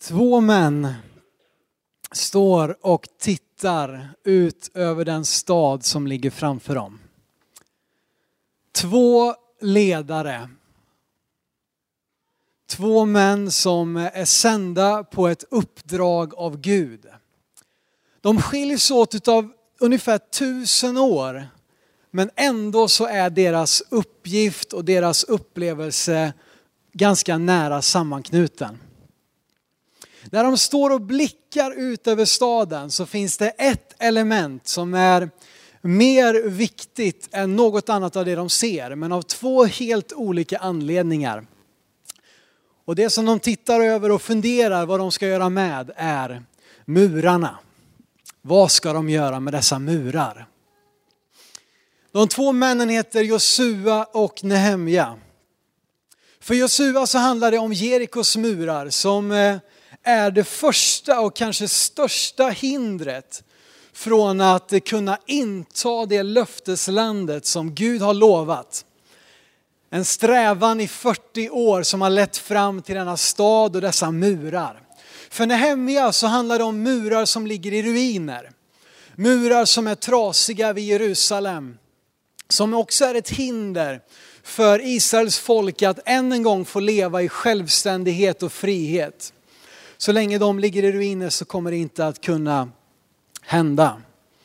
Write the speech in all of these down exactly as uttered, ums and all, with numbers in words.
Två män står och tittar ut över den stad som ligger framför dem. Två ledare. Två män som är sända på ett uppdrag av Gud. De skiljs åt av ungefär tusen år. Men ändå så är deras uppgift och deras upplevelse ganska nära sammanknuten. När de står och blickar ut över staden så finns det ett element som är mer viktigt än något annat av det de ser. Men av två helt olika anledningar. Och det som de tittar över och funderar vad de ska göra med är murarna. Vad ska de göra med dessa murar? De två männen heter Josua och Nehemja. För Josua så handlar det om Jerikos murar som är det första och kanske största hindret från att kunna inta det löfteslandet som Gud har lovat. En strävan i fyrtio år som har lett fram till denna stad och dessa murar. För Nehemja så handlar det om murar som ligger i ruiner. Murar som är trasiga vid Jerusalem. Som också är ett hinder för Israels folk att än en gång få leva i självständighet och frihet. Så länge de ligger i ruiner så kommer det inte att kunna hända.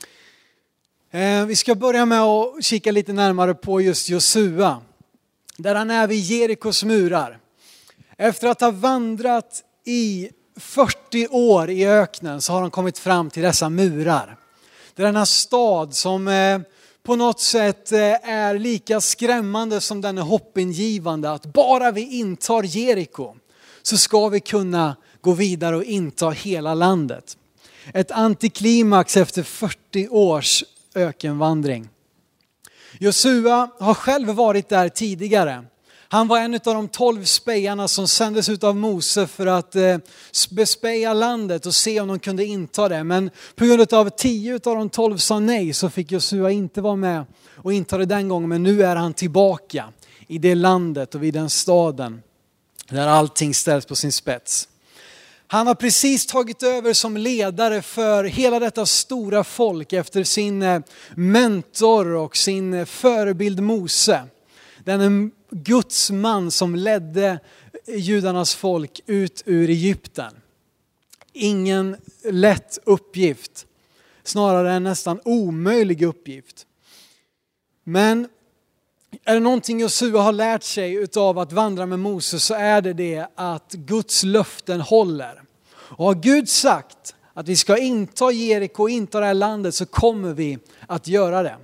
Vi ska börja med att kika lite närmare på just Josua. Där han är vid Jerikos murar. Efter att ha vandrat i fyrtio år i öknen så har han kommit fram till dessa murar. Det är denna stad som på något sätt är lika skrämmande som den är hoppingivande. Att bara vi intar Jeriko så ska vi kunna gå vidare och inta hela landet. Ett antiklimax efter fyrtio års ökenvandring. Josua har själv varit där tidigare. Han var en av de tolv spejarna som sändes ut av Mose för att bespeja landet och se om de kunde inta det. Men på grund av tio av de tolv sa nej så fick Josua inte vara med och inta det den gången. Men nu är han tillbaka i det landet och vid den staden där allting ställs på sin spets. Han har precis tagit över som ledare för hela detta stora folk efter sin mentor och sin förebild Mose. Den Guds man som ledde judarnas folk ut ur Egypten. Ingen lätt uppgift. Snarare en nästan omöjlig uppgift. Men är det någonting Josua har lärt sig utav att vandra med Moses så är det det att Guds löften håller. Och har Gud sagt att vi ska inta Jeriko och inta det här landet så kommer vi att göra det.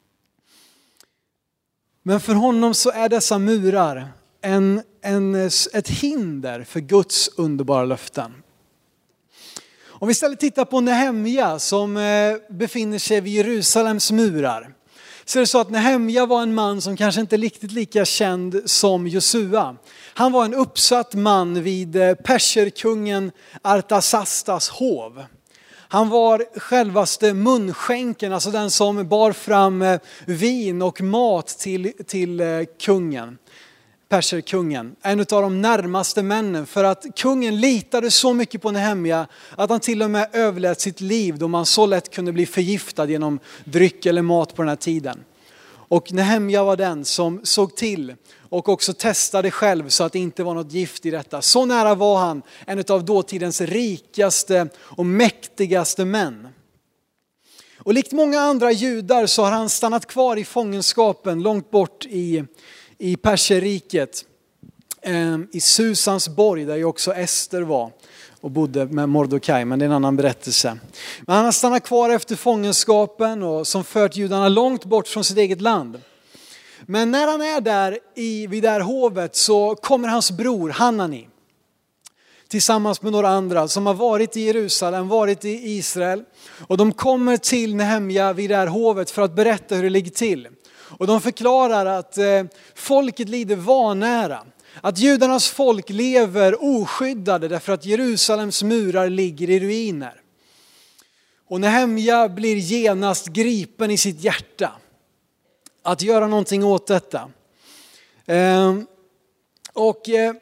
Men för honom så är dessa murar en, en, ett hinder för Guds underbara löften. Om vi istället tittar på Nehemja som befinner sig vid Jerusalems murar. Så är det så att Nehemja var en man som kanske inte är riktigt lika känd som Josua. Han var en uppsatt man vid perserkungen Artasastas hov. Han var självaste munskänken, alltså den som bar fram vin och mat till, till kungen. Perserkungen, en av de närmaste männen, för att kungen litade så mycket på Nehemja att han till och med överlät sitt liv då man så lätt kunde bli förgiftad genom dryck eller mat på den här tiden. Och Nehemja var den som såg till och också testade själv så att det inte var något gift i detta. Så nära var han en av dåtidens rikaste och mäktigaste män. Och likt många andra judar så har han stannat kvar i fångenskapen långt bort i I Perserriket, i Susans borg där ju också Ester var och bodde med Mordokaj, men det är en annan berättelse. Men han har stannat kvar efter fångenskapen och som fört judarna långt bort från sitt eget land. Men när han är där i, vid det här hovet så kommer hans bror Hanani tillsammans med några andra som har varit i Jerusalem, varit i Israel. Och de kommer till Nehemja vid det här hovet för att berätta hur det ligger till. Och de förklarar att eh, folket lider vanära. Att judarnas folk lever oskyddade därför att Jerusalems murar ligger i ruiner. Och Nehemja blir genast gripen i sitt hjärta. Att göra någonting åt detta. Eh, och eh,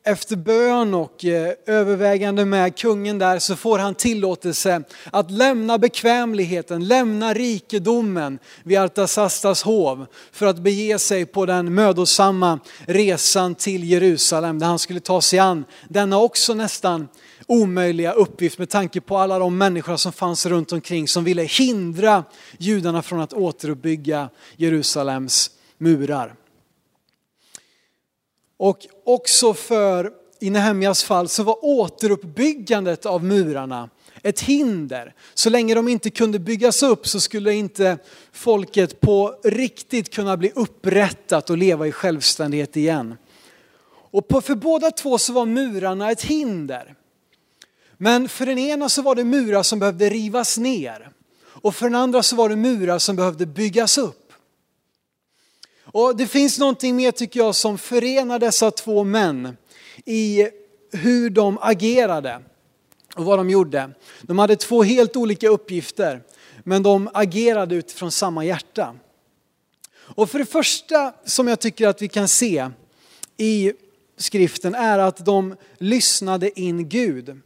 efter bön och övervägande med kungen där så får han tillåtelse att lämna bekvämligheten, lämna rikedomen vid Artasastas hov för att bege sig på den mödosamma resan till Jerusalem där han skulle ta sig an denna också nästan omöjliga uppgift med tanke på alla de människor som fanns runt omkring som ville hindra judarna från att återuppbygga Jerusalems murar. Och också för i Nehemjas fall så var återuppbyggandet av murarna ett hinder. Så länge de inte kunde byggas upp så skulle inte folket på riktigt kunna bli upprättat och leva i självständighet igen. Och på, för båda två så var murarna ett hinder. Men för den ena så var det murar som behövde rivas ner. Och för den andra så var det murar som behövde byggas upp. Och det finns någonting mer tycker jag som förenar dessa två män i hur de agerade och vad de gjorde. De hade två helt olika uppgifter men de agerade utifrån samma hjärta. Och för det första som jag tycker att vi kan se i skriften är att de lyssnade in Gud.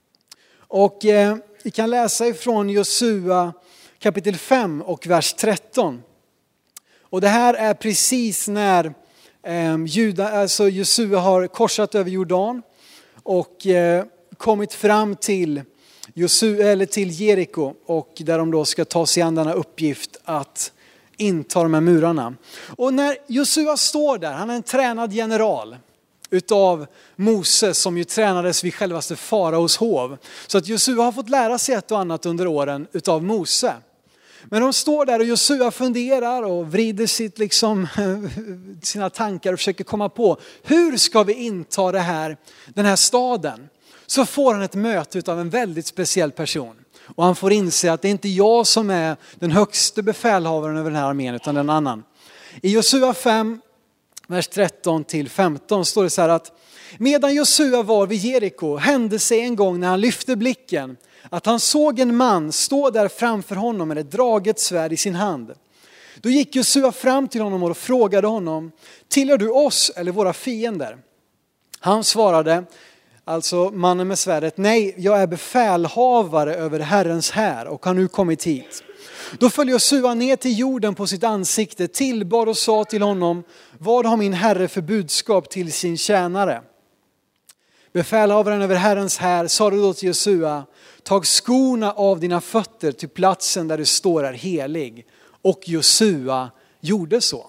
Och eh, vi kan läsa ifrån Josua kapitel fem och vers tretton. Och det här är precis när eh, Juda, alltså Josua har korsat över Jordan och eh, kommit fram till, Josua, eller till Jeriko och där de då ska ta sig an denna uppgift att inta de här murarna. Och när Josua står där, han är en tränad general utav Moses som ju tränades vid självaste faraos hov. Så att Josua har fått lära sig ett och annat under åren utav Mose. Men de står där och Josua funderar och vrider sitt, liksom, sina tankar och försöker komma på hur ska vi inta det här, den här staden. Så får han ett möte av en väldigt speciell person. Och han får inse att det är inte jag som är den högste befälhavaren över den här armén utan den annan. I Josua fem, vers tretton till femton står det så här att medan Josua var vid Jeriko hände sig en gång när han lyfte blicken att han såg en man stå där framför honom med ett draget svärd i sin hand. Då gick Josua fram till honom och frågade honom: tillhör du oss eller våra fiender? Han svarade, alltså mannen med svärdet: nej, jag är befälhavare över Herrens här och har nu kommit hit. Då föll Josua ner till jorden på sitt ansikte, tillbad och sa till honom: vad har min herre för budskap till sin tjänare? Befälhavaren över Herrens här sa då till Josua: tag skorna av dina fötter till platsen där du står är helig. Och Josua gjorde så.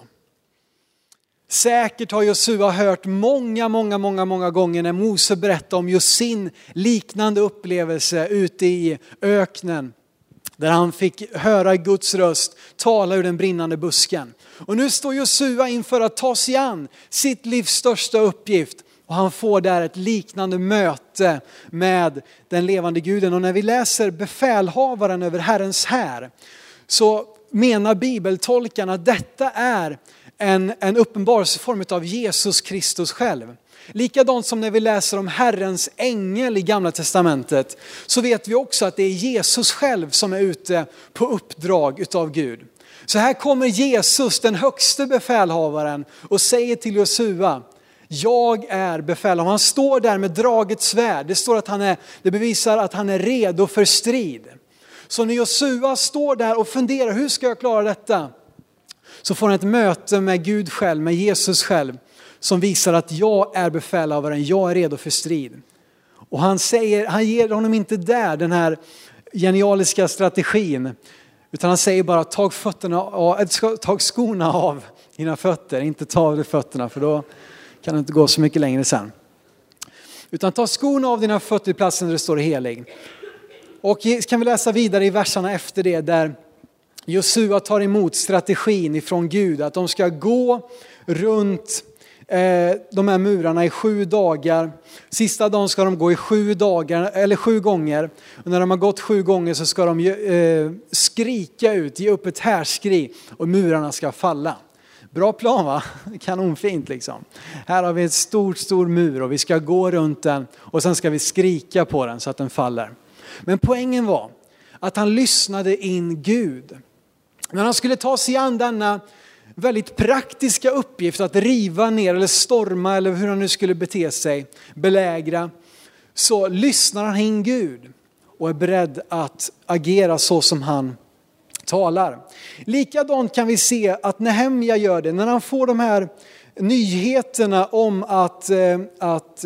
Säkert har Josua hört många, många, många, många gånger när Mose berättar om just sin liknande upplevelse ute i öknen. Där han fick höra Guds röst tala ur den brinnande busken. Och nu står Josua inför att ta sig an sitt livs största uppgift. Och han får där ett liknande möte med den levande guden. Och när vi läser befälhavaren över Herrens här så menar bibeltolkarna att detta är en, en uppenbarelseform av Jesus Kristus själv. Likadant som när vi läser om Herrens ängel i Gamla testamentet så vet vi också att det är Jesus själv som är ute på uppdrag utav Gud. Så här kommer Jesus, den högste befälhavaren, och säger till Josua: jag är befälhavare. Han står där med draget svärd. Det står att han är, det bevisar att han är redo för strid. Så när Josua står där och funderar, hur ska jag klara detta? Så får han ett möte med Gud själv, med Jesus själv, som visar att jag är befälhavaren, jag är redo för strid. Och han säger, han ger honom inte där den här genialiska strategin, utan han säger bara: tag fötterna av, tag skorna av dina fötter, inte ta av de fötterna för då kan det inte gå så mycket längre sen. Utan ta skorna av dina fötter i platsen där det står helig. Och kan vi läsa vidare i verserna efter det där Josua tar emot strategin ifrån Gud att de ska gå runt eh, de här murarna i sju dagar. Sista dagen ska de gå i sju dagar eller sju gånger. Och när de har gått sju gånger så ska de eh, skrika ut, ge upp ett härskri och murarna ska falla. Bra plan, va? Kanonfint liksom. Här har vi ett stort, stor mur och vi ska gå runt den och sen ska vi skrika på den så att den faller. Men poängen var att han lyssnade in Gud. När han skulle ta sig an denna väldigt praktiska uppgift att riva ner eller storma eller hur han nu skulle bete sig, belägra, så lyssnar han in Gud och är beredd att agera så som han talar. Likadant kan vi se att Nehemja gör det när han får de här nyheterna om att, att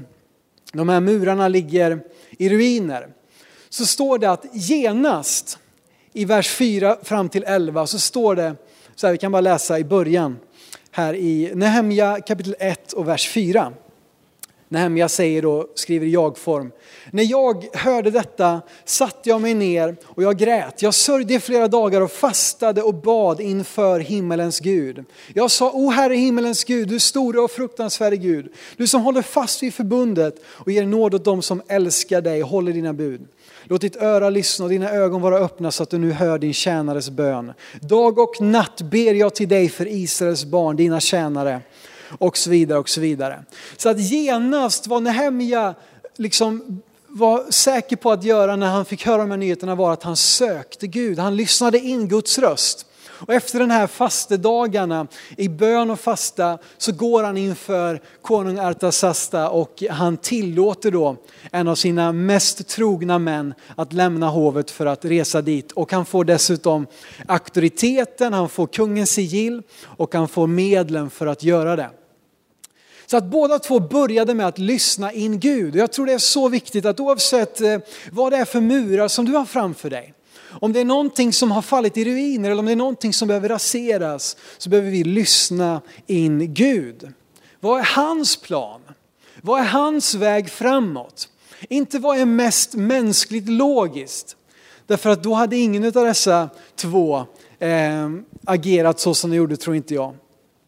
de här murarna ligger i ruiner. Så står det att genast i vers fyra fram till elva så står det, så här, vi kan bara läsa i början här i Nehemja kapitel ett och vers fyra. Nehemja säger då, skriver i jag-form: när jag hörde detta satte jag mig ner och jag grät. Jag sörjde i flera dagar och fastade och bad inför himmelens Gud. Jag sa: o Herre himmelens Gud, du store och fruktansvärde Gud. Du som håller fast vid förbundet och ger nåd åt dem som älskar dig och håller dina bud. Låt ditt öra lyssna och dina ögon vara öppna så att du nu hör din tjänares bön. Dag och natt ber jag till dig för Israels barn, dina tjänare. Och så vidare och så vidare. Så att genast var Nehemja liksom var säker på att göra när han fick höra de här nyheterna var att han sökte Gud. Han lyssnade in Guds röst. Och efter den här fastedagarna i bön och fasta så går han inför konung Artasasta och han tillåter då en av sina mest trogna män att lämna hovet för att resa dit. Och han får dessutom auktoriteten, han får kungens sigill och han får medlen för att göra det. Så att båda två började med att lyssna in Gud. Och jag tror det är så viktigt att oavsett vad det är för murar som du har framför dig, om det är någonting som har fallit i ruiner eller om det är någonting som behöver raseras, så behöver vi lyssna in Gud. Vad är hans plan? Vad är hans väg framåt? Inte vad är mest mänskligt logiskt. Därför att då hade ingen av dessa två eh, agerat så som de gjorde, tror inte jag.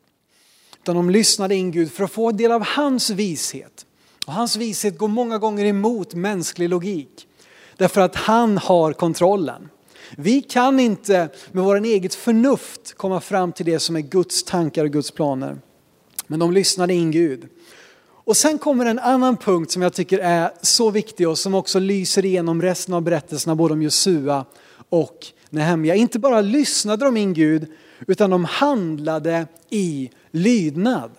Utan de lyssnade in Gud för att få del av hans vishet. Och hans vishet går många gånger emot mänsklig logik. Därför att han har kontrollen. Vi kan inte med vår eget förnuft komma fram till det som är Guds tankar och Guds planer. Men de lyssnade in Gud. Och sen kommer en annan punkt som jag tycker är så viktig och som också lyser igenom resten av berättelserna både om Josua och Nehemja. Inte bara lyssnade de in Gud utan de handlade i lydnad.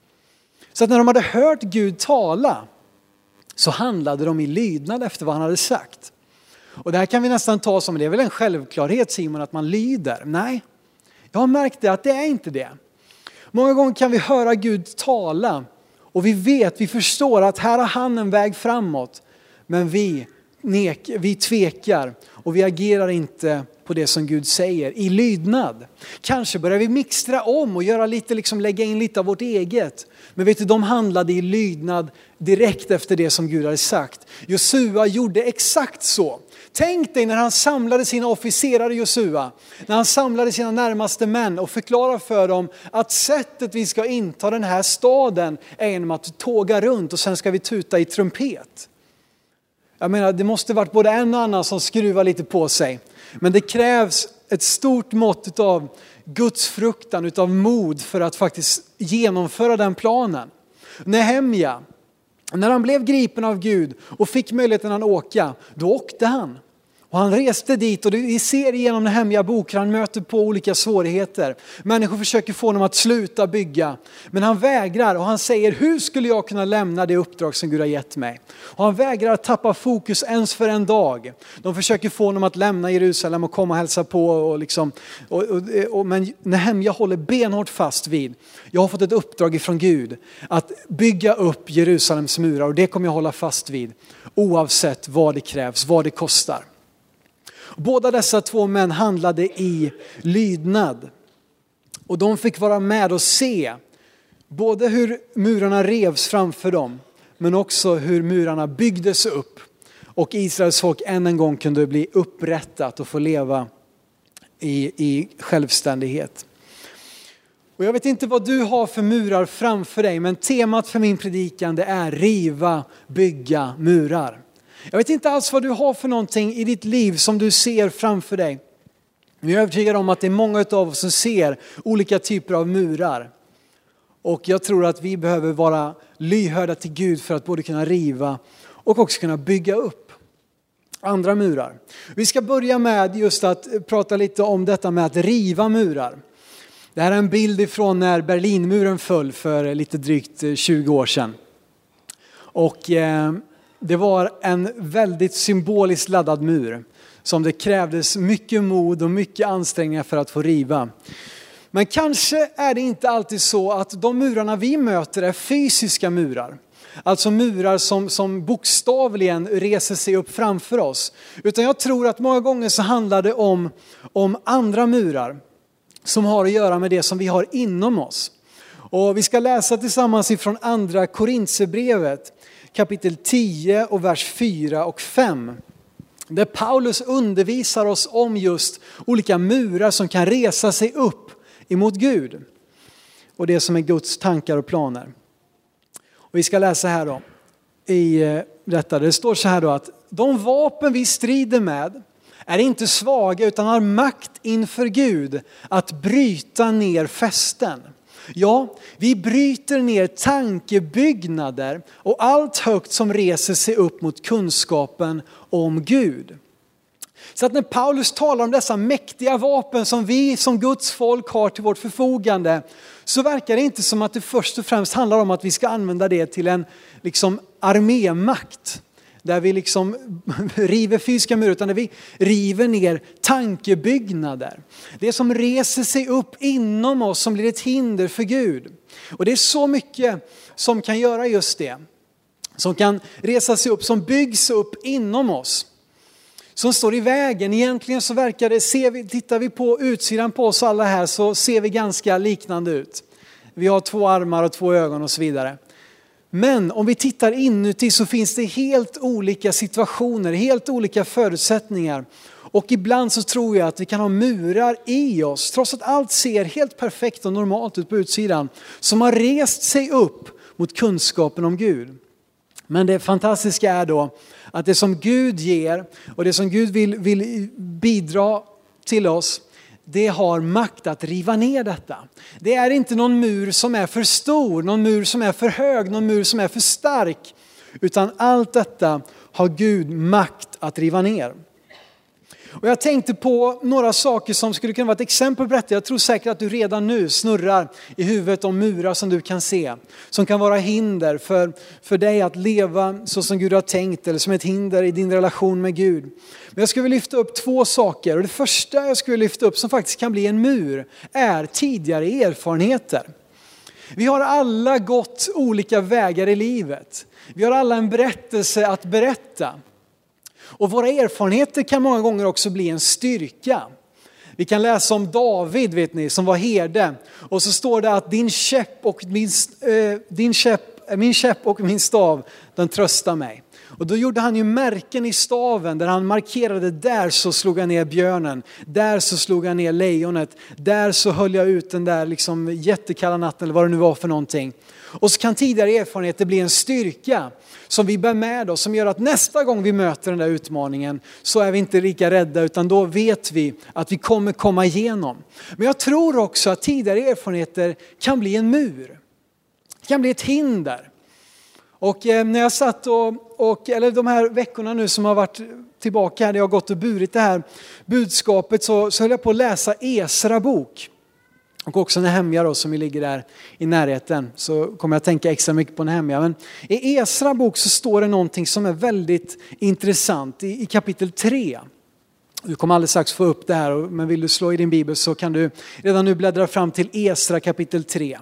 Så att när de hade hört Gud tala så handlade de i lydnad efter vad han hade sagt. Och det här kan vi nästan ta som, det är väl en självklarhet Simon att man lyder. Nej, jag har märkt det att det är inte det. Många gånger kan vi höra Gud tala och vi vet, vi förstår att här har han en väg framåt. Men vi, nek, vi tvekar och vi agerar inte på det som Gud säger i lydnad. Kanske börjar vi mixtra om och göra lite, liksom lägga in lite av vårt eget. Men vet du, de handlade i lydnad direkt efter det som Gud hade sagt. Josua gjorde exakt så. Tänk dig när han samlade sina officerare Josua, när han samlade sina närmaste män och förklarade för dem att sättet vi ska inta den här staden är genom att tåga runt och sen ska vi tuta i trumpet. Jag menar, det måste varit både en och annan som skruvar lite på sig. Men det krävs ett stort mått av Guds fruktan, utav mod för att faktiskt genomföra den planen. Nehemja, när han blev gripen av Gud och fick möjligheten att åka, då åkte han. Och han reste dit och vi ser igenom Nehemja bok, han möter på olika svårigheter. Människor försöker få honom att sluta bygga. Men han vägrar och han säger, hur skulle jag kunna lämna det uppdrag som Gud har gett mig? Och han vägrar att tappa fokus ens för en dag. De försöker få honom att lämna Jerusalem och komma och hälsa på. Och liksom, och, och, och, men Nehemja håller benhårt fast vid, jag har fått ett uppdrag ifrån Gud att bygga upp Jerusalems murar. Och det kommer jag hålla fast vid oavsett vad det krävs, vad det kostar. Båda dessa två män handlade i lydnad. Och de fick vara med och se både hur murarna revs framför dem, men också hur murarna byggdes upp. Och Israels folk än en gång kunde bli upprättat och få leva i, i självständighet. Och jag vet inte vad du har för murar framför dig, men temat för min predikan det är riva, bygga murar. Jag vet inte alls vad du har för någonting i ditt liv som du ser framför dig. Men jag är övertygad om att det är många av oss som ser olika typer av murar. Och jag tror att vi behöver vara lyhörda till Gud för att både kunna riva och också kunna bygga upp andra murar. Vi ska börja med just att prata lite om detta med att riva murar. Det här är en bild ifrån när Berlinmuren föll för lite drygt tjugo år sedan. Och eh, det var en väldigt symboliskt laddad mur som det krävdes mycket mod och mycket ansträngningar för att få riva. Men kanske är det inte alltid så att de murarna vi möter är fysiska murar. Alltså murar som, som bokstavligen reser sig upp framför oss. Utan jag tror att många gånger så handlar det om, om andra murar som har att göra med det som vi har inom oss. Och vi ska läsa tillsammans ifrån andra Korinthierbrevet kapitel tio och vers fyra och fem. Där Paulus undervisar oss om just olika murar som kan resa sig upp emot Gud. Och det som är Guds tankar och planer. Och vi ska läsa här då i detta. Det står så här då att de vapen vi strider med är inte svaga utan har makt inför Gud att bryta ner fästen. Ja, vi bryter ner tankebyggnader och allt högt som reser sig upp mot kunskapen om Gud. Så att när Paulus talar om dessa mäktiga vapen som vi som Guds folk har till vårt förfogande, så verkar det inte som att det först och främst handlar om att vi ska använda det till en liksom armémakt. Där vi liksom river fysiska murar, utan där vi river ner tankebyggnader. Det som reser sig upp inom oss som blir ett hinder för Gud. Och det är så mycket som kan göra just det. Som kan resa sig upp, som byggs upp inom oss. Som står i vägen. Egentligen så verkar det, ser vi, tittar vi på utsidan på oss alla här så ser vi ganska liknande ut. Vi har två armar och två ögon och så vidare. Men om vi tittar inuti så finns det helt olika situationer, helt olika förutsättningar. Och ibland så tror jag att vi kan ha murar i oss, trots att allt ser helt perfekt och normalt ut på utsidan, som har rest sig upp mot kunskapen om Gud. Men det fantastiska är då att det som Gud ger och det som Gud vill, vill bidra till oss, det har makt att riva ner detta. Det är inte någon mur som är för stor, någon mur som är för hög, någon mur som är för stark. Utan allt detta har Gud makt att riva ner. Och jag tänkte på några saker som skulle kunna vara ett exempel på detta. Jag tror säkert att du redan nu snurrar i huvudet om murar som du kan se. Som kan vara hinder för, för dig att leva så som Gud har tänkt. Eller som ett hinder i din relation med Gud. Men jag skulle lyfta upp två saker. Och det första jag skulle lyfta upp som faktiskt kan bli en mur är tidigare erfarenheter. Vi har alla gått olika vägar i livet. Vi har alla en berättelse att berätta. Och våra erfarenheter kan många gånger också bli en styrka. Vi kan läsa om David, vet ni, som var herde. Och så står det att din käpp och min, äh, din käpp, min käpp och min stav, den tröstar mig. Och då gjorde han ju märken i staven där han markerade, där så slog han ner björnen. Där så slog han ner lejonet. Där så höll jag ut den där liksom jättekalla natten eller vad det nu var för någonting. Och så kan tidigare erfarenheter bli en styrka som vi bär med oss. Som gör att nästa gång vi möter den där utmaningen så är vi inte lika rädda, utan då vet vi att vi kommer komma igenom. Men jag tror också att tidigare erfarenheter kan bli en mur. Det kan bli ett hinder. Och eh, när jag satt och, och, eller de här veckorna nu som har varit tillbaka, där jag har gått och burit det här budskapet, så, så höll jag på att läsa Esra bok. Och också Nehemja då, som ligger där i närheten, så kommer jag tänka extra mycket på Nehemja. Men i Esra bok så står det någonting som är väldigt intressant i, i kapitel tre. Du kommer alldeles strax få upp det här, men vill du slå i din bibel så kan du redan nu bläddra fram till Esra kapitel tre.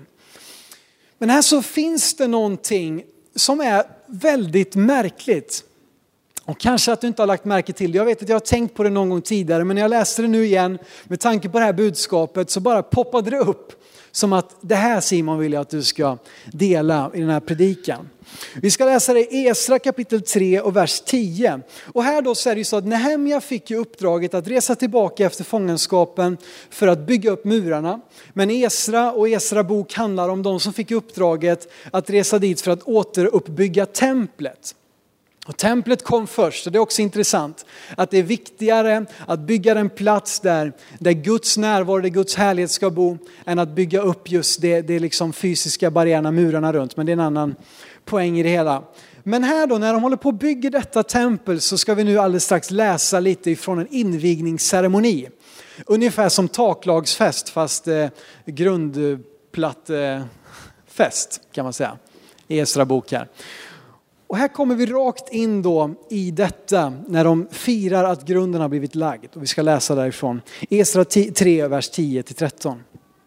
Men här så finns det någonting som är väldigt märkligt. Och kanske att du inte har lagt märke till det. Jag vet att jag har tänkt på det någon gång tidigare. Men när jag läste det nu igen med tanke på det här budskapet så bara poppade det upp. Som att det här, Simon, vill jag att du ska dela i den här predikan. Vi ska läsa det i Esra kapitel tre och vers tio. Och här då så är det ju så att Nehemja fick ju uppdraget att resa tillbaka efter fångenskapen för att bygga upp murarna. Men Esra och Esra bok handlar om de som fick uppdraget att resa dit för att återuppbygga templet. Och templet kom först, och det är också intressant att det är viktigare att bygga en plats där, där Guds närvaro, där Guds härlighet ska bo, än att bygga upp just det, det liksom fysiska barriärerna, murarna runt. Men det är en annan poäng i det hela. Men här då, när de håller på att bygga detta tempel, så ska vi nu alldeles strax läsa lite ifrån en invigningsceremoni. Ungefär som taklagsfest, fast eh, grundplattefest kan man säga. I Esra bok här. Och här kommer vi rakt in då i detta när de firar att grunden har blivit lagd. Och vi ska läsa därifrån. Esra tre, vers tio till tretton.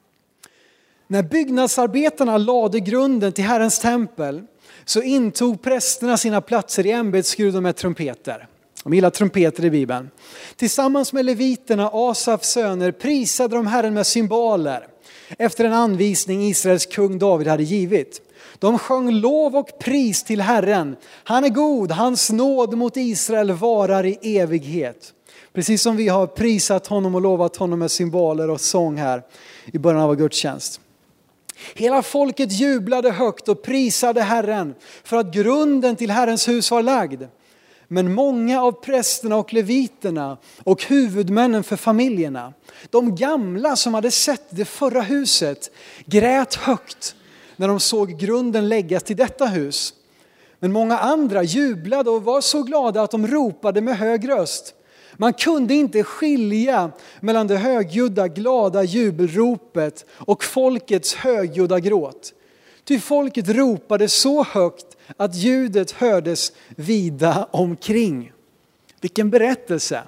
När byggnadsarbetarna lade grunden till Herrens tempel, så intog prästerna sina platser i ämbetsskrud med trumpeter. De gillar trumpeter i Bibeln. Tillsammans med leviterna, Asafs söner, prisade de Herren med cymbaler efter en anvisning Israels kung David hade givit. De sjöng lov och pris till Herren. Han är god, hans nåd mot Israel varar i evighet. Precis som vi har prisat honom och lovat honom med cymbaler och sång här i början av vår gudstjänst. Hela folket jublade högt och prisade Herren för att grunden till Herrens hus var lagd. Men många av prästerna och leviterna och huvudmännen för familjerna, de gamla som hade sett det förra huset, grät högt när de såg grunden läggas till detta hus. Men många andra jublade och var så glada att de ropade med hög röst. Man kunde inte skilja mellan det högljudda, glada jubelropet och folkets högljudda gråt. Ty folket ropade så högt att ljudet hördes vida omkring. Vilken berättelse!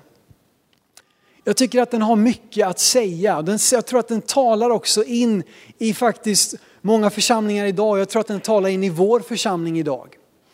Jag tycker att den har mycket att säga. Den, jag tror att den talar också in i faktiskt många församlingar idag. Jag tror att den talar in i vår församling idag.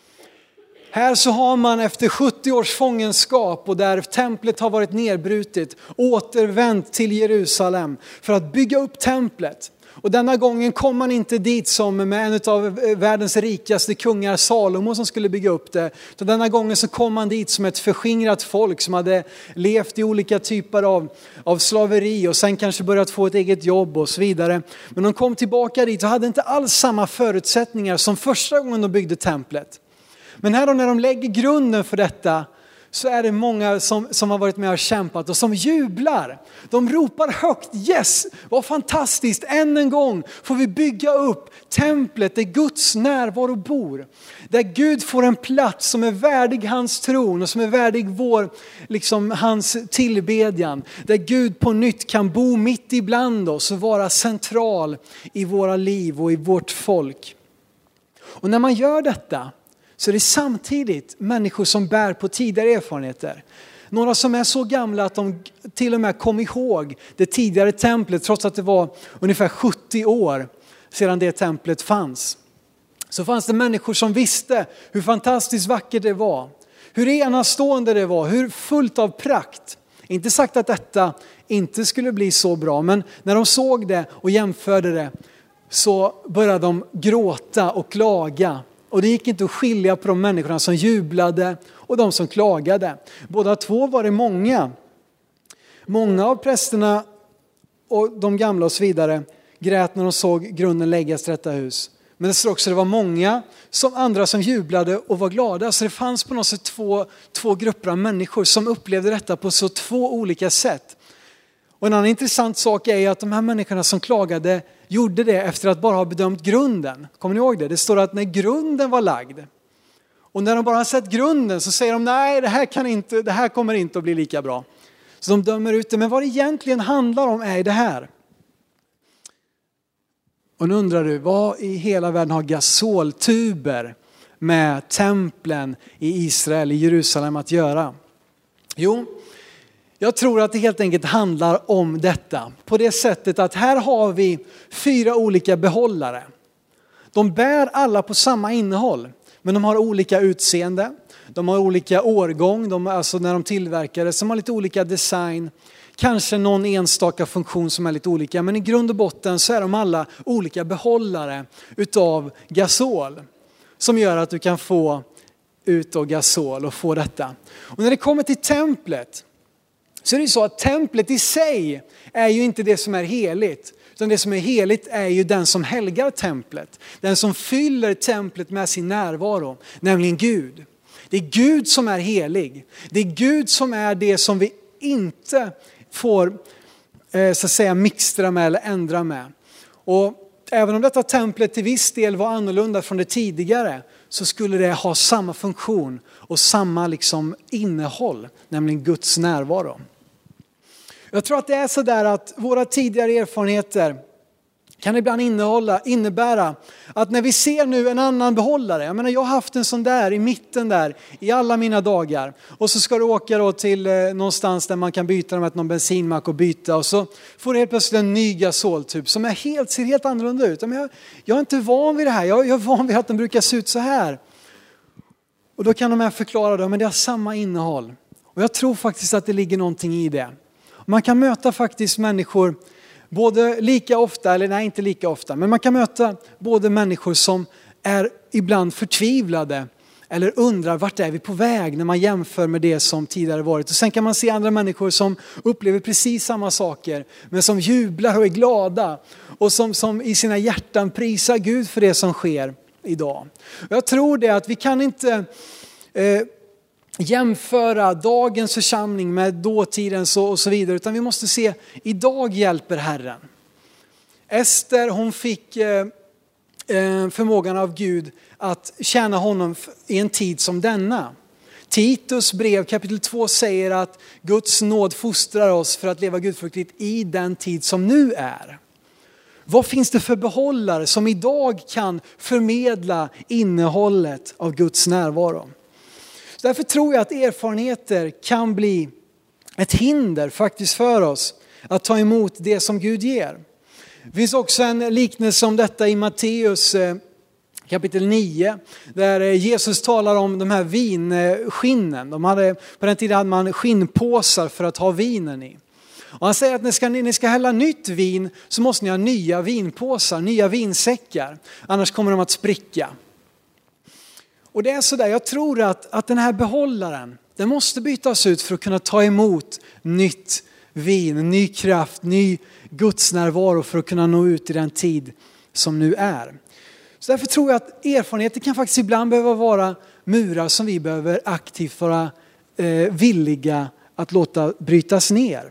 Här så har man efter sjuttio års fångenskap och där templet har varit nedbrutet återvänt till Jerusalem för att bygga upp templet. Och denna gången kom man inte dit som med en av världens rikaste kungar, Salomo, som skulle bygga upp det. Så denna gången så kom man dit som ett förskingrat folk som hade levt i olika typer av, av slaveri och sen kanske börjat få ett eget jobb och så vidare. Men de kom tillbaka dit och hade inte alls samma förutsättningar som första gången de byggde templet. Men här då, när de lägger grunden för detta, så är det många som, som har varit med och kämpat och som jublar. De ropar högt, yes, vad fantastiskt, än en gång får vi bygga upp templet där Guds närvaro bor. Där Gud får en plats som är värdig hans tron och som är värdig vår, liksom hans tillbedjan. Där Gud på nytt kan bo mitt ibland oss och vara central i våra liv och i vårt folk. Och när man gör detta, så är det samtidigt människor som bär på tidigare erfarenheter. Några som är så gamla att de till och med kom ihåg det tidigare templet, trots att det var ungefär sjuttio år sedan det templet fanns. Så fanns det människor som visste hur fantastiskt vackert det var. Hur enastående det var, hur fullt av prakt. Inte sagt att detta inte skulle bli så bra, men när de såg det och jämförde det så började de gråta och klaga. Och det gick inte att skilja på de människorna som jublade och de som klagade. Båda två var det många. Många av prästerna och de gamla och så vidare grät när de såg grunden läggas till detta hus. Men det står också att det var många som andra som jublade och var glada. Så det fanns på något sätt två, två grupper av människor som upplevde detta på så två olika sätt. Och en annan intressant sak är att de här människorna som klagade gjorde det efter att bara ha bedömt grunden. Kommer ni ihåg det? Det står att när grunden var lagd och när de bara har sett grunden så säger de nej, det här, kan inte, det här kommer inte att bli lika bra. Så de dömer ut det. Men vad det egentligen handlar om är det här. Och nu undrar du, vad i hela världen har gasoltuber med templen i Israel, i Jerusalem att göra? Jo, jag tror att det helt enkelt handlar om detta. På det sättet att här har vi fyra olika behållare. De bär alla på samma innehåll. Men de har olika utseende. De har olika årgång. De, alltså när de tillverkades. De har lite olika design. Kanske någon enstaka funktion som är lite olika. Men i grund och botten så är de alla olika behållare utav gasol. Som gör att du kan få ut av gasol och få detta. Och när det kommer till templet, så är det så att templet i sig är ju inte det som är heligt. Utan det som är heligt är ju den som helgar templet. Den som fyller templet med sin närvaro. Nämligen Gud. Det är Gud som är helig. Det är Gud som är det som vi inte får så att säga mixtra med eller ändra med. Och även om detta templet till viss del var annorlunda från det tidigare, så skulle det ha samma funktion och samma liksom innehåll, nämligen Guds närvaro. Jag tror att det är så där att våra tidigare erfarenheter kan ibland innehålla, innebära att när vi ser nu en annan behållare, jag menar jag har haft en sån där i mitten där i alla mina dagar, och så ska du åka då till eh, någonstans där man kan byta dem med någon bensinmack och byta, och så får du helt plötsligt en ny gasoltub som är helt, ser helt annorlunda ut. Men jag, jag är inte van vid det här, jag, jag är van vid att den brukar se ut så här. Och då kan de här förklara det, men det har samma innehåll. Och jag tror faktiskt att det ligger någonting i det. Man kan möta faktiskt människor både lika ofta, eller nej inte lika ofta, men man kan möta både människor som är ibland förtvivlade eller undrar vart är vi på väg när man jämför med det som tidigare varit. Och sen kan man se andra människor som upplever precis samma saker, men som jublar och är glada och som, som i sina hjärtan prisar Gud för det som sker idag. Och jag tror det att vi kan inte eh, jämföra dagens församling med dåtidens och så vidare, utan vi måste se, idag hjälper Herren. Ester, hon fick eh, förmågan av Gud att tjäna honom i en tid som denna. Titus brev kapitel två säger att Guds nåd fostrar oss för att leva gudfruktigt i den tid som nu är. Vad finns det för behållare som idag kan förmedla innehållet av Guds närvaro? Så därför tror jag att erfarenheter kan bli ett hinder faktiskt för oss att ta emot det som Gud ger. Det finns också en liknelse om detta i Matteus kapitel nio, där Jesus talar om de här vinskinnen. De hade, på den tiden hade man skinnpåsar för att ha vinen i. Och han säger att ni ska, ni ska hälla nytt vin, så måste ni ha nya vinpåsar, nya vinsäckar. Annars kommer de att spricka. Och det är så där, jag tror att, att den här behållaren, den måste bytas ut för att kunna ta emot nytt vin, ny kraft, ny Guds närvaro för att kunna nå ut i den tid som nu är. Så därför tror jag att erfarenheter kan faktiskt ibland behöva vara murar som vi behöver aktivt vara eh, villiga att låta brytas ner.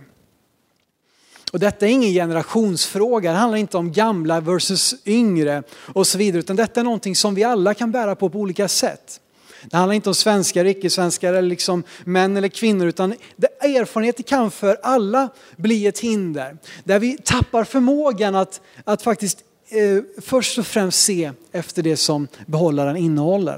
Och detta är ingen generationsfråga, det handlar inte om gamla versus yngre och så vidare, utan detta är någonting som vi alla kan bära på på olika sätt. Det handlar inte om svenskar, icke-svenskar eller liksom män eller kvinnor, utan erfarenheter kan för alla bli ett hinder. Där vi tappar förmågan att, att faktiskt eh, först och främst se efter det som behållaren innehåller.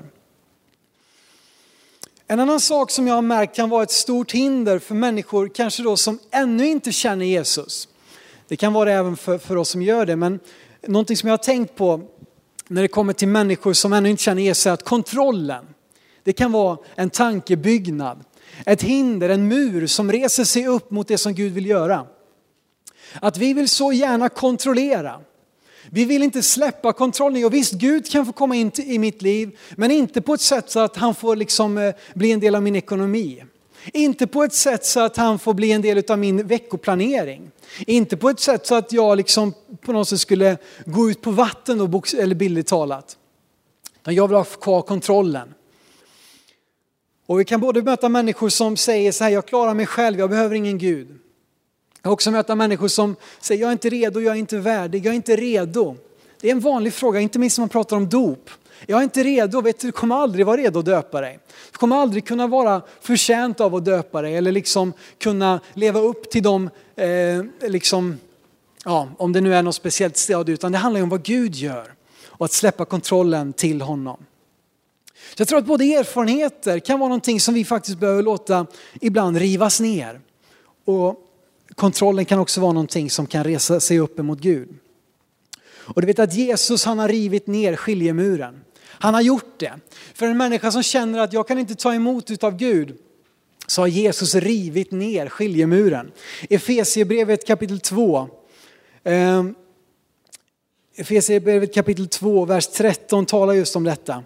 En annan sak som jag har märkt kan vara ett stort hinder för människor kanske då som ännu inte känner Jesus. Det kan vara det även för, för oss som gör det, men någonting som jag har tänkt på när det kommer till människor som ännu inte känner Jesus är att kontrollen, det kan vara en tankebyggnad, ett hinder, en mur som reser sig upp mot det som Gud vill göra. Att vi vill så gärna kontrollera. Vi vill inte släppa kontrollen. Och visst, Gud kan få komma in i mitt liv, men inte på ett sätt så att han får liksom bli en del av min ekonomi. Inte på ett sätt så att han får bli en del av min veckoplanering. Inte på ett sätt så att jag liksom på något sätt skulle gå ut på vatten då, eller bildligt talat. Men jag vill ha kvar kontrollen. Och vi kan både möta människor som säger så här: jag klarar mig själv, jag behöver ingen Gud. Jag har också möta människor som säger: jag är inte redo, jag är inte värdig, jag är inte redo. Det är en vanlig fråga, inte minst när man pratar om dop. Jag är inte redo, vet du, du kommer aldrig vara redo att döpa dig. Du kommer aldrig kunna vara förtjänt av att döpa dig eller liksom kunna leva upp till dem, eh, liksom, ja, om det nu är något speciellt stöd, utan det handlar ju om vad Gud gör och att släppa kontrollen till honom. Så jag tror att både erfarenheter kan vara någonting som vi faktiskt behöver låta ibland rivas ner. Och kontrollen kan också vara någonting som kan resa sig upp emot Gud. Och du vet att Jesus, han har rivit ner skiljemuren. Han har gjort det. För en människa som känner att jag kan inte ta emot utav Gud, så har Jesus rivit ner skiljemuren. Efesierbrevet kapitel två. Eh, Efesierbrevet kapitel två, vers tretton talar just om detta.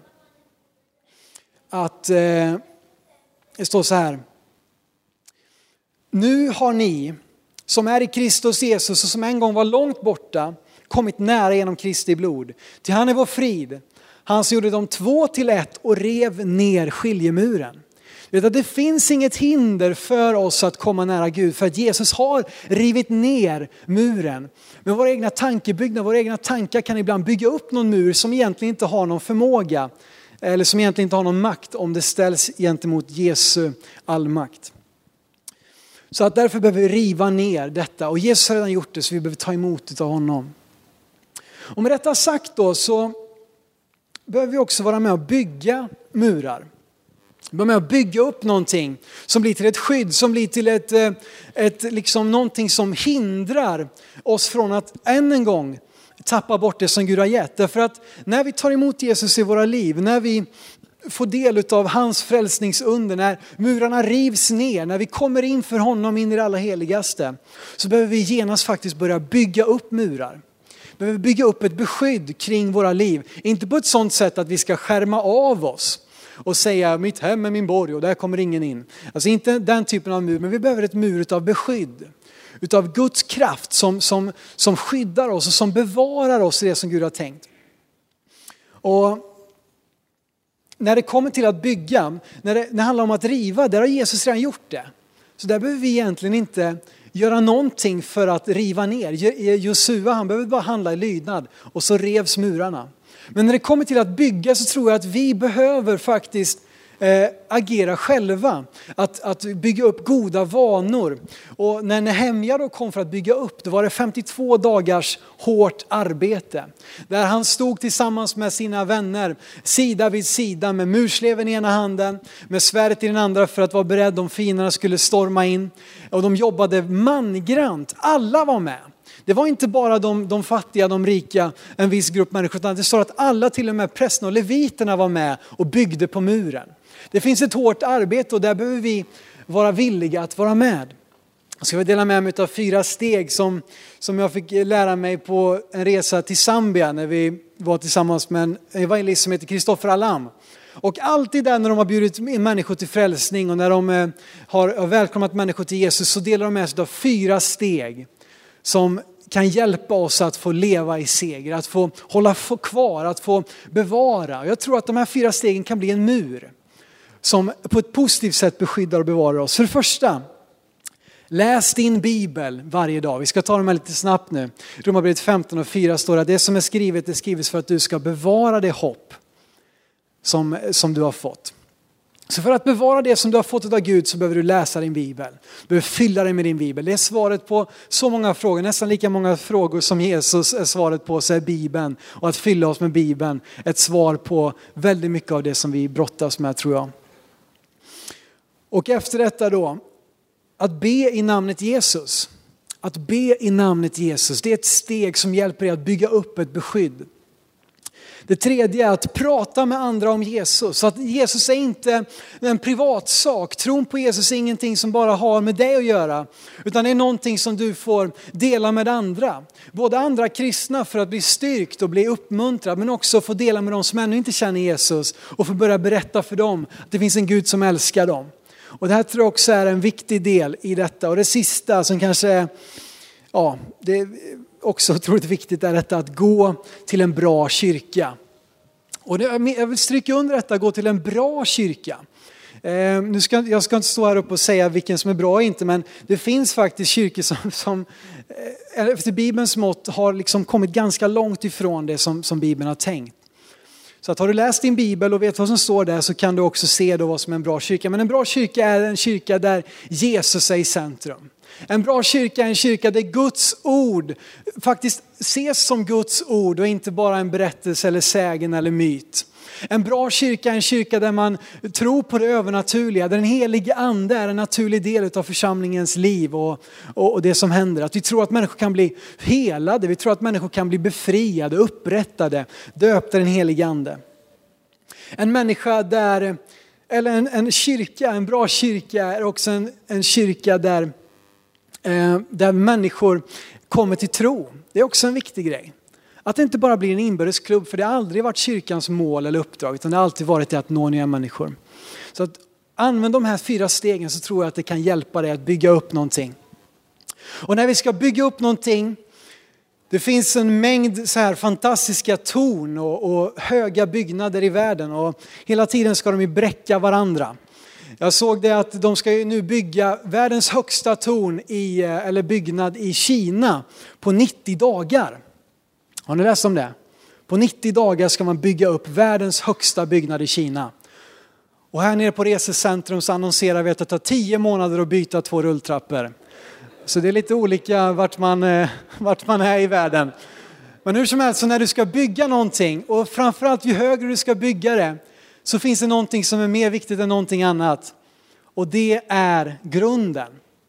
Att eh, det står så här: nu har ni som är i Kristus Jesus och som en gång var långt borta kommit nära genom Kristi blod. Till han är vår frid. Han som gjorde de två till ett och rev ner skiljemuren. Vet att det finns inget hinder för oss att komma nära Gud, för att Jesus har rivit ner muren. Men våra egna tankebyggnader, våra egna tankar kan ibland bygga upp någon mur som egentligen inte har någon förmåga eller som egentligen inte har någon makt om det ställs gentemot Jesu allmakt. Så att därför behöver vi riva ner detta, och Jesus har redan gjort det, så vi behöver ta emot det av honom. Och med detta sagt då, så behöver vi också vara med och bygga murar. Vi behöver med och bygga upp någonting som blir till ett skydd, som blir till ett, ett liksom någonting som hindrar oss från att än en gång tappa bort det som Gud har gett. Därför att när vi tar emot Jesus i våra liv, när vi får del av hans frälsningsunder, när murarna rivs ner, när vi kommer in för honom in i det allra heligaste, så behöver vi genast faktiskt börja bygga upp murar. Vi behöver bygga upp ett beskydd kring våra liv. Inte på ett sådant sätt att vi ska skärma av oss och säga mitt hem är min borg och där kommer ingen in. Alltså inte den typen av mur, men vi behöver ett mur av beskydd. Utav Guds kraft som, som, som skyddar oss och som bevarar oss i det som Gud har tänkt. Och när det kommer till att bygga, när det, när det handlar om att riva, där har Jesus redan gjort det. Så där behöver vi egentligen inte göra någonting för att riva ner. Josua, han behöver bara handla i lydnad och så revs murarna. Men när det kommer till att bygga, så tror jag att vi behöver faktiskt eh, agera själva. Att, att bygga upp goda vanor. Och när Nehemja då kom för att bygga upp, då var det femtiotvå dagars hårt arbete. Där han stod tillsammans med sina vänner sida vid sida med mursleven i ena handen, med svärdet i den andra för att vara beredd om fienderna skulle storma in. Och de jobbade mangrant, alla var med. Det var inte bara de, de fattiga, de rika, en viss grupp människor, utan det står att alla, till och med prästerna och leviterna, var med och byggde på muren. Det finns ett hårt arbete och där behöver vi vara villiga att vara med. Jag ska dela med mig av fyra steg som, som jag fick lära mig på en resa till Zambia när vi var tillsammans med en evangelist som heter Kristoffer Alam. Och alltid där när de har bjudit människor till frälsning och när de har välkomnat människor till Jesus, så delar de med sig av fyra steg som kan hjälpa oss att få leva i seger, att få hålla kvar, att få bevara. Jag tror att de här fyra stegen kan bli en mur som på ett positivt sätt beskyddar och bevarar oss. För det första, läs din bibel varje dag. Vi ska ta dem här lite snabbt nu. Romarbrevet femton och fyra står att det som är skrivet är skrivet för att du ska bevara det hopp som, som du har fått. Så för att bevara det som du har fått av Gud så behöver du läsa din bibel. Du behöver fylla dig med din bibel. Det är svaret på så många frågor. Nästan lika många frågor som Jesus är svaret på, så är Bibeln. Och att fylla oss med Bibeln ett svar på väldigt mycket av det som vi brottas med, tror jag. Och efter detta då, att be i namnet Jesus. Att be i namnet Jesus, det är ett steg som hjälper dig att bygga upp ett beskydd. Det tredje är att prata med andra om Jesus. Så att Jesus är inte en privatsak. Tron på Jesus är ingenting som bara har med dig att göra. Utan det är någonting som du får dela med andra. Både andra kristna för att bli styrkt och bli uppmuntrad. Men också få dela med de som ännu inte känner Jesus. Och få börja berätta för dem att det finns en Gud som älskar dem. Och det här tror jag också är en viktig del i detta. Och det sista som kanske är... Ja, det är också otroligt viktigt är detta att gå till en bra kyrka. Och det, jag vill stryka under detta, gå till en bra kyrka. Eh, nu ska, jag ska inte stå här uppe och säga vilken som är bra och inte, men det finns faktiskt kyrkor som, som eh, efter Bibelns mått har liksom kommit ganska långt ifrån det som, som Bibeln har tänkt. Så att har du läst din bibel och vet vad som står där, så kan du också se då vad som är en bra kyrka. Men en bra kyrka är en kyrka där Jesus är i centrum. En bra kyrka är en kyrka där Guds ord faktiskt ses som Guds ord och inte bara en berättelse eller sägen eller myt. En bra kyrka är en kyrka där man tror på det övernaturliga, där den helige ande är en naturlig del av församlingens liv och, och, och det som händer. Att vi tror att människor kan bli helade, vi tror att människor kan bli befriade, upprättade, döpta den helige ande. En människa där, eller en, en kyrka, en bra kyrka är också en, en kyrka där Eh, där människor kommer till tro. Det är också en viktig grej. Att det inte bara blir en inbördesklubb, för det har aldrig varit kyrkans mål eller uppdrag, utan det har alltid varit det att nå nya människor. Så att använd de här fyra stegen, så tror jag att det kan hjälpa dig att bygga upp någonting. Och när vi ska bygga upp någonting, det finns en mängd så här fantastiska torn och, och höga byggnader i världen, och hela tiden ska de ju bräcka varandra. Jag såg det att de ska ju nu bygga världens högsta torn i, eller byggnad i Kina på nittio dagar. Har ni läst om det? På nittio dagar ska man bygga upp världens högsta byggnad i Kina. Och här nere på Resecentrum så annonserar vi att det tar tio månader att byta två rulltrappor. Så det är lite olika vart man, vart man är i världen. Men hur som helst, så när du ska bygga någonting, och framförallt ju högre du ska bygga det, så finns det någonting som är mer viktigt än någonting annat. Och det är grunden.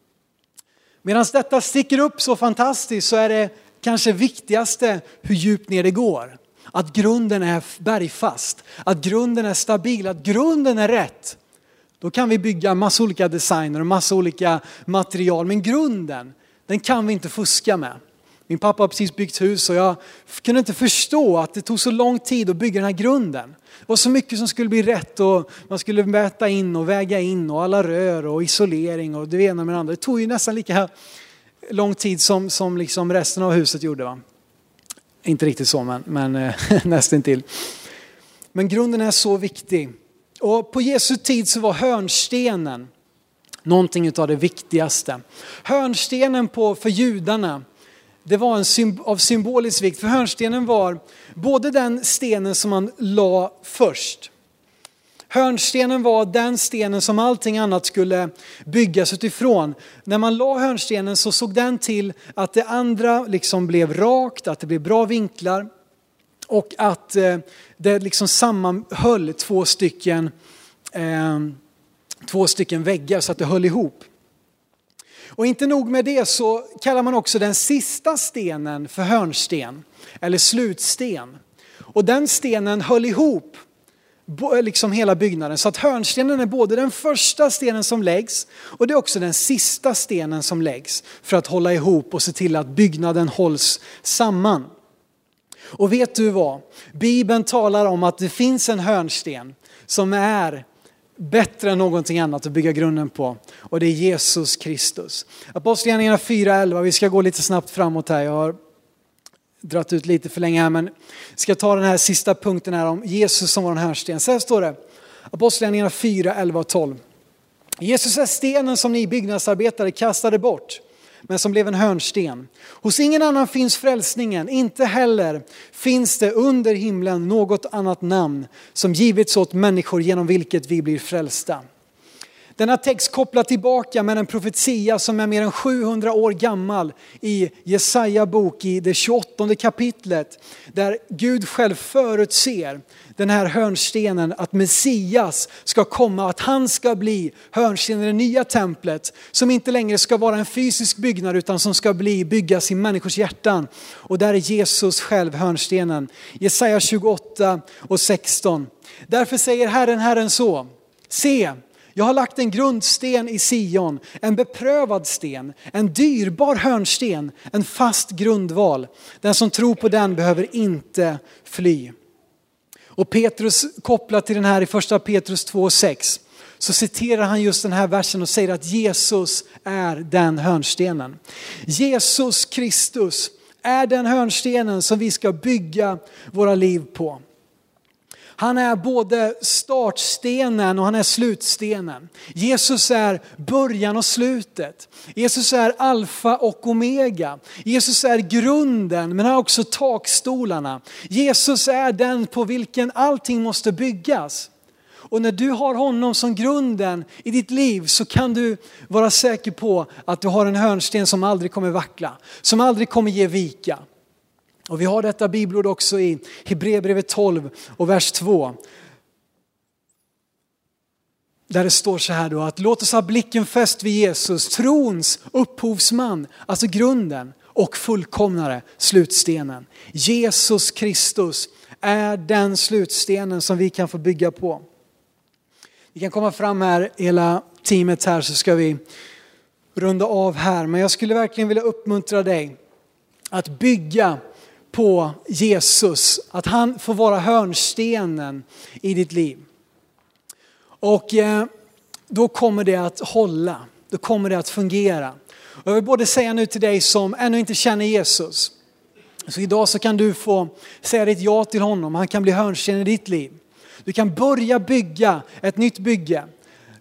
Medan detta sticker upp så fantastiskt så är det kanske viktigaste hur djupt ner det går. Att grunden är bergfast, att grunden är stabil, att grunden är rätt. Då kan vi bygga massa olika designer och massa olika material. Men grunden, den kan vi inte fuska med. Min pappa har precis byggt hus och jag kunde inte förstå att det tog så lång tid att bygga den här grunden. Det var så mycket som skulle bli rätt och man skulle mäta in och väga in och alla rör och isolering och det ena med det andra. Det tog ju nästan lika lång tid som, som liksom resten av huset gjorde, va? Inte riktigt så, men, men nästan till. Men grunden är så viktig. Och på Jesu tid så var hörnstenen någonting av det viktigaste. Hörnstenen på, för judarna, det var en symb- av symbolisk vikt. För hörnstenen var både den stenen som man la först. Hörnstenen var den stenen som allting annat skulle byggas utifrån. När man la hörnstenen så såg den till att det andra liksom blev rakt, att det blev bra vinklar. Och att eh, det liksom sammanhöll två stycken, eh, två stycken väggar så att det höll ihop. Och inte nog med det så kallar man också den sista stenen för hörnsten eller slutsten. Och den stenen höll ihop liksom hela byggnaden. Så att hörnstenen är både den första stenen som läggs och det är också den sista stenen som läggs för att hålla ihop och se till att byggnaden hålls samman. Och vet du vad? Bibeln talar om att det finns en hörnsten som är bättre än någonting annat att bygga grunden på. Och det är Jesus Kristus. Apostlagärningarna fyra elva, vi ska gå lite snabbt framåt här. Jag har dratt ut lite för länge här, men ska ta den här sista punkten här om Jesus som var en hörnsten. Så här står det, Apostlagärningarna fyra elva och tolv. Jesus är stenen som ni byggnadsarbetare kastade bort, men som blev en hörnsten. Hos ingen annan finns frälsningen, inte heller finns det under himlen något annat namn som givits åt människor genom vilket vi blir frälsta. Denna text kopplar tillbaka med en profetia som är mer än sjuhundra år gammal i Jesaja bok i det tjugoåttonde kapitlet. Där Gud själv förutser den här hörnstenen att Messias ska komma, att han ska bli hörnstenen i det nya templet. Som inte längre ska vara en fysisk byggnad utan som ska bli byggas i människors hjärtan. Och där är Jesus själv hörnstenen. Jesaja tjugoåtta och sexton. Därför säger Herren, Herren så, se, jag har lagt en grundsten i Sion, en beprövad sten, en dyrbar hörnsten, en fast grundval. Den som tror på den behöver inte fly. Och Petrus kopplar till den här i första Petrus två sex. Så citerar han just den här versen och säger att Jesus är den hörnstenen. Jesus Kristus är den hörnstenen som vi ska bygga våra liv på. Han är både startstenen och han är slutstenen. Jesus är början och slutet. Jesus är alfa och omega. Jesus är grunden, men han är också takstolarna. Jesus är den på vilken allting måste byggas. Och när du har honom som grunden i ditt liv så kan du vara säker på att du har en hörnsten som aldrig kommer vackla. Som aldrig kommer ge vika. Och vi har detta bibelord också i Hebreerbrevet tolv och vers två. Där det står så här då att låt oss ha blicken fäst vid Jesus, trons upphovsman, alltså grunden och fullkomnare, slutstenen. Jesus Kristus är den slutstenen som vi kan få bygga på. Vi kan komma fram här, hela teamet här, så ska vi runda av här. Men jag skulle verkligen vilja uppmuntra dig att bygga på Jesus, att han får vara hörnstenen i ditt liv. Och eh, då kommer det att hålla, då kommer det att fungera. Och jag vill både säga nu till dig som ännu inte känner Jesus. Så idag så kan du få säga ditt ja till honom, han kan bli hörnsten i ditt liv. Du kan börja bygga ett nytt bygge.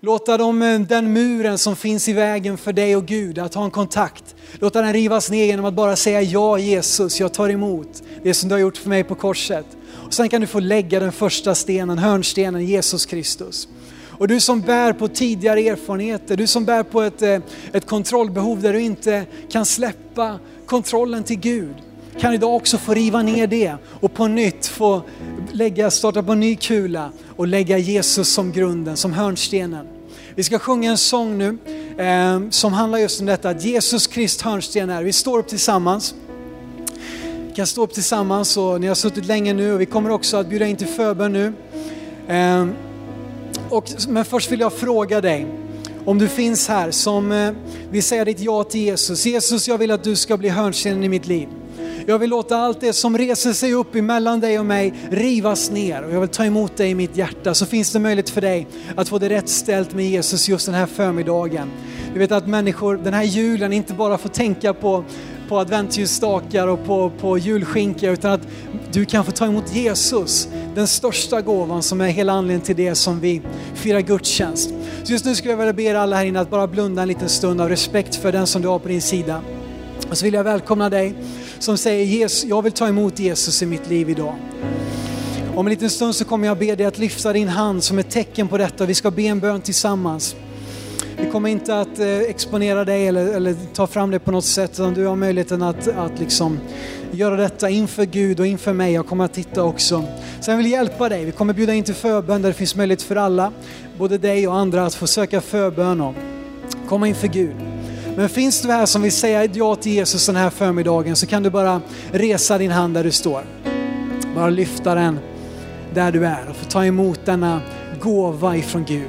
Låta dem, den muren som finns i vägen för dig och Gud att ha en kontakt. Låta den rivas ner genom att bara säga ja Jesus, jag tar emot det som du har gjort för mig på korset. Och sen kan du få lägga den första stenen, hörnstenen, Jesus Kristus. Och du som bär på tidigare erfarenheter, du som bär på ett, ett kontrollbehov där du inte kan släppa kontrollen till Gud, kan idag också få riva ner det och på nytt få lägga, starta på en ny kula och lägga Jesus som grunden, som hörnstenen. Vi ska sjunga en sång nu eh, som handlar just om detta, att Jesus Krist hörnsten är. Vi står upp tillsammans. Vi kan stå upp tillsammans och ni har suttit länge nu och vi kommer också att bjuda in till förbön nu. Eh, och, men först vill jag fråga dig, om du finns här som eh, vill säga ditt ja till Jesus. Jesus, jag vill att du ska bli hörnstenen i mitt liv. Jag vill låta allt det som reser sig upp emellan dig och mig rivas ner. Och jag vill ta emot dig i mitt hjärta. Så finns det möjlighet för dig att få det rätt ställt med Jesus just den här förmiddagen. Du vet att människor den här julen inte bara får tänka på, på adventsljusstakar och på, på julskinka. Utan att du kan få ta emot Jesus. Den största gåvan som är hela anledningen till det som vi firar gudstjänst. Så just nu skulle jag vilja be alla här inne att bara blunda en liten stund av respekt för den som du har på din sida. Och så vill jag välkomna dig som säger Jesus, jag vill ta emot Jesus i mitt liv idag. Om en liten stund så kommer jag be dig att lyfta din hand som ett tecken på detta. Vi ska be en bön tillsammans. Vi kommer inte att eh, exponera dig eller, eller ta fram dig på något sätt. Utan du har möjligheten att, att liksom göra detta inför Gud och inför mig. Jag kommer att titta också. Sen vill jag hjälpa dig. Vi kommer bjuda in till förbön där det finns möjlighet för alla. Både dig och andra att få söka förbön och komma inför Gud. Men finns du här som vill säga ja till Jesus den här förmiddagen, så kan du bara resa din hand där du står. Bara lyfta den där du är och få ta emot denna gåva ifrån Gud.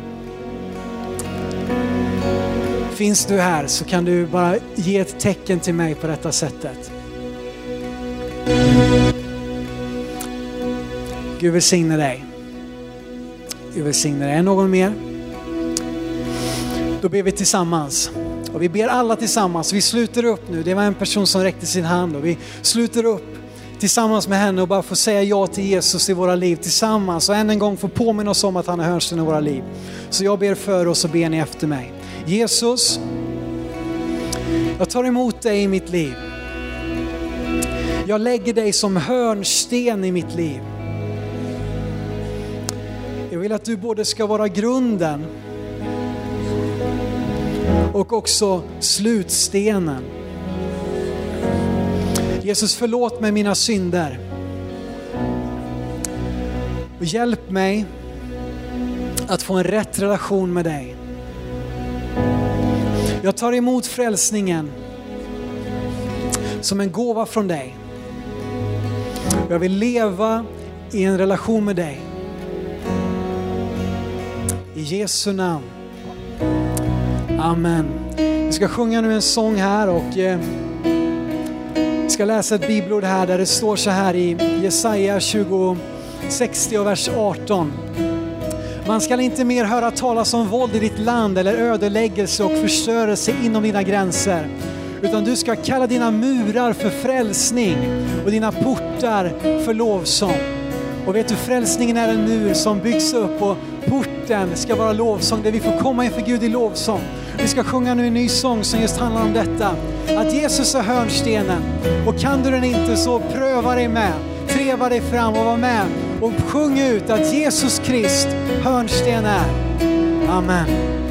Finns du här så kan du bara ge ett tecken till mig på detta sättet. Gud välsigne dig. Gud välsigne dig. Är någon mer? Då ber vi tillsammans. Och vi ber alla tillsammans. Vi sluter upp nu. Det var en person som räckte sin hand. Och vi sluter upp tillsammans med henne och bara får säga ja till Jesus i våra liv tillsammans. Och än en gång får påminna oss om att han är hörnstenen i våra liv. Så jag ber för oss och ber ni efter mig. Jesus, jag tar emot dig i mitt liv. Jag lägger dig som hörnsten i mitt liv. Jag vill att du både ska vara grunden och också slutstenen. Jesus, förlåt mig mina synder. Och hjälp mig att få en rätt relation med dig. Jag tar emot frälsningen som en gåva från dig. Jag vill leva i en relation med dig. I Jesu namn. Amen. Vi ska sjunga nu en sång här och eh, vi ska läsa ett bibelord här där det står så här i Jesaja tjugo, sextio och vers arton. Man ska inte mer höra talas om våld i ditt land eller ödeläggelse och förstörelse inom dina gränser. Utan du ska kalla dina murar för frälsning och dina portar för lovsång. Och vet du, frälsningen är en mur som byggs upp och porten ska vara lovsång där vi får komma inför Gud i lovsång. Vi ska sjunga nu en ny sång som just handlar om detta. Att Jesus är hörnstenen. Och kan du den inte så pröva dig med. Treva dig fram och var med. Och sjung ut att Jesus Krist hörnsten är. Amen.